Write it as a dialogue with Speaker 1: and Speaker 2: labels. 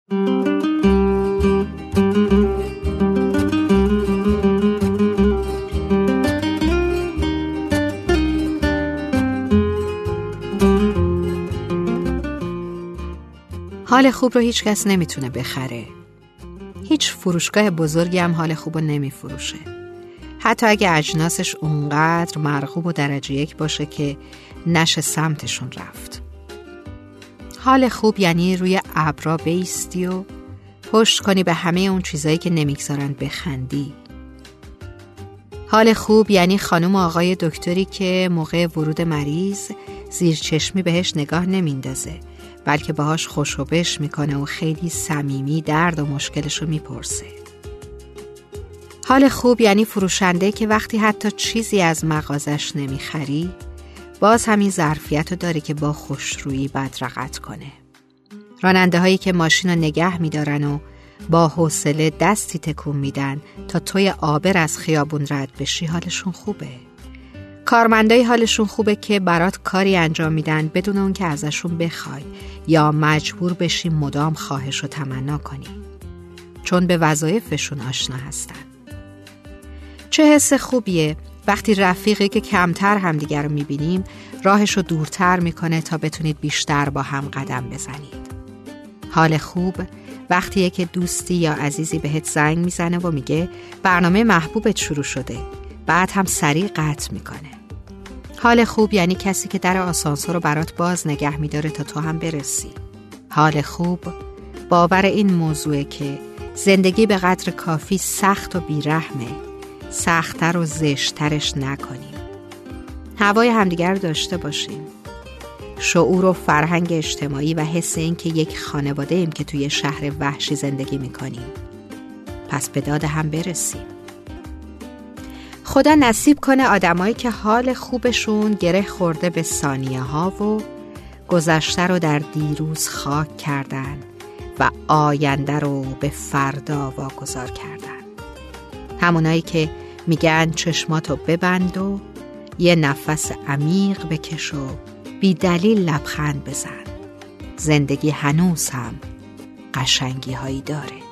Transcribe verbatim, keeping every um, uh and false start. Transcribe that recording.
Speaker 1: حال خوب رو هیچ کس نمیتونه بخره. هیچ فروشگاه بزرگی هم حال خوب رو نمیفروشه. حتی اگه اجناسش اونقدر مرغوب و درجه یک باشه که نشه سمتشون رفت. حال خوب یعنی روی ابرا بیستی و پشت کنی به همه اون چیزایی که نمیگذارن بخندی. حال خوب یعنی خانم و آقای دکتری که موقع ورود مریض زیر چشمی بهش نگاه نمیندازه، بلکه باهاش خوش و بش میکنه و خیلی صمیمی درد و مشکلشو میپرسه. حال خوب یعنی فروشنده که وقتی حتی چیزی از مغازش نمیخری، باز همین ظرفیتو داره که با خوشرویی بدرقت کنه. راننده هایی که ماشین رو نگه میدارن و با حوصله دستی تکون میدن تا توی آبر از خیابون رد بشی، حالشون خوبه. کارمندای حالشون خوبه که برات کاری انجام میدن بدون اون که ازشون بخوای یا مجبور بشی مدام خواهش و تمنا کنی، چون به وظایفشون آشنا هستن. چه حس خوبیه وقتی رفیقی که کمتر همدیگر رو میبینیم راهشو دورتر میکنه تا بتونید بیشتر با هم قدم بزنید. حال خوب وقتیه که دوستی یا عزیزی بهت زنگ میزنه و میگه برنامه محبوبت شروع شده، بعد هم سریع قطع میکنه. حال خوب یعنی کسی که در آسانسور رو برات باز نگه میداره تا تو هم برسی. حال خوب باور این موضوعه که زندگی به قدر کافی سخت و بیرحمه، سخت‌تر و زشت‌ترش نکنیم. هوای همدیگر رو داشته باشیم. شعور و فرهنگ اجتماعی و حس این که یک خانواده ایم که توی شهر وحشی زندگی میکنیم. پس به داد هم برسیم. خدا نصیب کنه آدمایی که حال خوبشون گره خورده به ثانیه ها و گذشته رو در دیروز خاک کردن و آینده رو به فردا واگذار کردن. همونایی که میگن چشماتو ببند و یه نفس عمیق بکش و بی دلیل لبخند بزن. زندگی هنوز هم قشنگی هایی داره.